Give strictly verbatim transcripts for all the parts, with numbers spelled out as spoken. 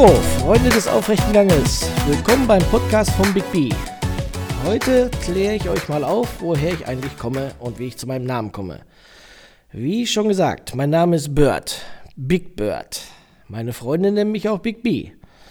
Hallo, Freunde des aufrechten Ganges. Willkommen beim Podcast von Big B. Heute kläre ich euch mal auf, woher ich eigentlich komme und wie ich zu meinem Namen komme. Wie schon gesagt, mein Name ist Bird, Big Bird. Meine Freunde nennen mich auch Big B.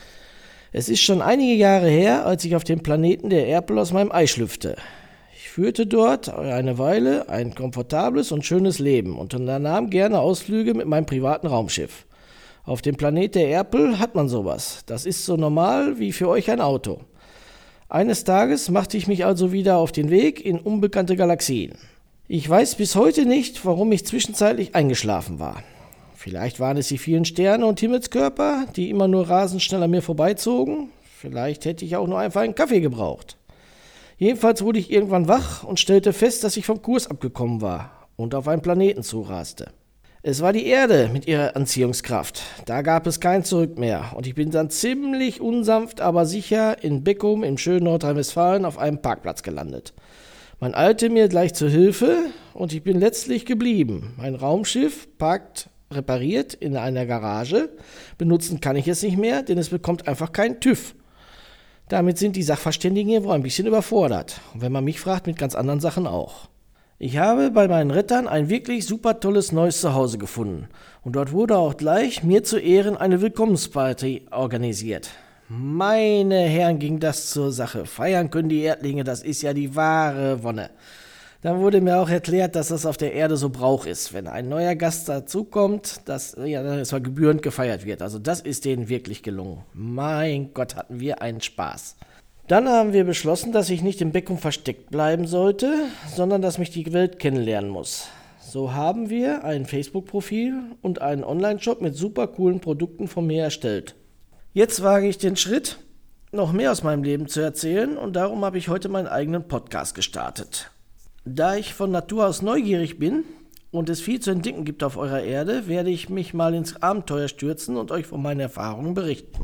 Es ist schon einige Jahre her, als ich auf dem Planeten der Erpel aus meinem Ei schlüpfte. Ich führte dort eine Weile ein komfortables und schönes Leben und unternahm gerne Ausflüge mit meinem privaten Raumschiff. Auf dem Planet der Erpel hat man sowas. Das ist so normal wie für euch ein Auto. Eines Tages machte ich mich also wieder auf den Weg in unbekannte Galaxien. Ich weiß bis heute nicht, warum ich zwischenzeitlich eingeschlafen war. Vielleicht waren es die vielen Sterne und Himmelskörper, die immer nur rasend schnell an mir vorbeizogen. Vielleicht hätte ich auch nur einfach einen Kaffee gebraucht. Jedenfalls wurde ich irgendwann wach und stellte fest, dass ich vom Kurs abgekommen war und auf einen Planeten zuraste. Es war die Erde mit ihrer Anziehungskraft. Da gab es kein Zurück mehr. Und ich bin dann ziemlich unsanft, aber sicher in Beckum im schönen Nordrhein-Westfalen auf einem Parkplatz gelandet. Man eilte mir gleich zur Hilfe und ich bin letztlich geblieben. Mein Raumschiff parkt repariert in einer Garage. Benutzen kann ich es nicht mehr, denn es bekommt einfach keinen TÜV. Damit sind die Sachverständigen hier wohl ein bisschen überfordert. Und wenn man mich fragt, mit ganz anderen Sachen auch. Ich habe bei meinen Rettern ein wirklich super tolles neues Zuhause gefunden und dort wurde auch gleich mir zu Ehren eine Willkommensparty organisiert. Meine Herren, ging das zur Sache. Feiern können die Erdlinge, das ist ja die wahre Wonne. Dann wurde mir auch erklärt, dass das auf der Erde so Brauch ist. Wenn ein neuer Gast dazukommt, dass ja, dass er gebührend gefeiert wird. Also das ist denen wirklich gelungen. Mein Gott, hatten wir einen Spaß. Dann haben wir beschlossen, dass ich nicht im Beckum versteckt bleiben sollte, sondern dass mich die Welt kennenlernen muss. So haben wir ein Facebook-Profil und einen Online-Shop mit super coolen Produkten von mir erstellt. Jetzt wage ich den Schritt, noch mehr aus meinem Leben zu erzählen und darum habe ich heute meinen eigenen Podcast gestartet. Da ich von Natur aus neugierig bin und es viel zu entdecken gibt auf eurer Erde, werde ich mich mal ins Abenteuer stürzen und euch von meinen Erfahrungen berichten.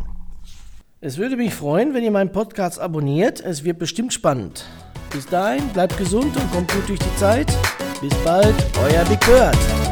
Es würde mich freuen, wenn ihr meinen Podcast abonniert. Es wird bestimmt spannend. Bis dahin, bleibt gesund und kommt gut durch die Zeit. Bis bald, euer Big Bird.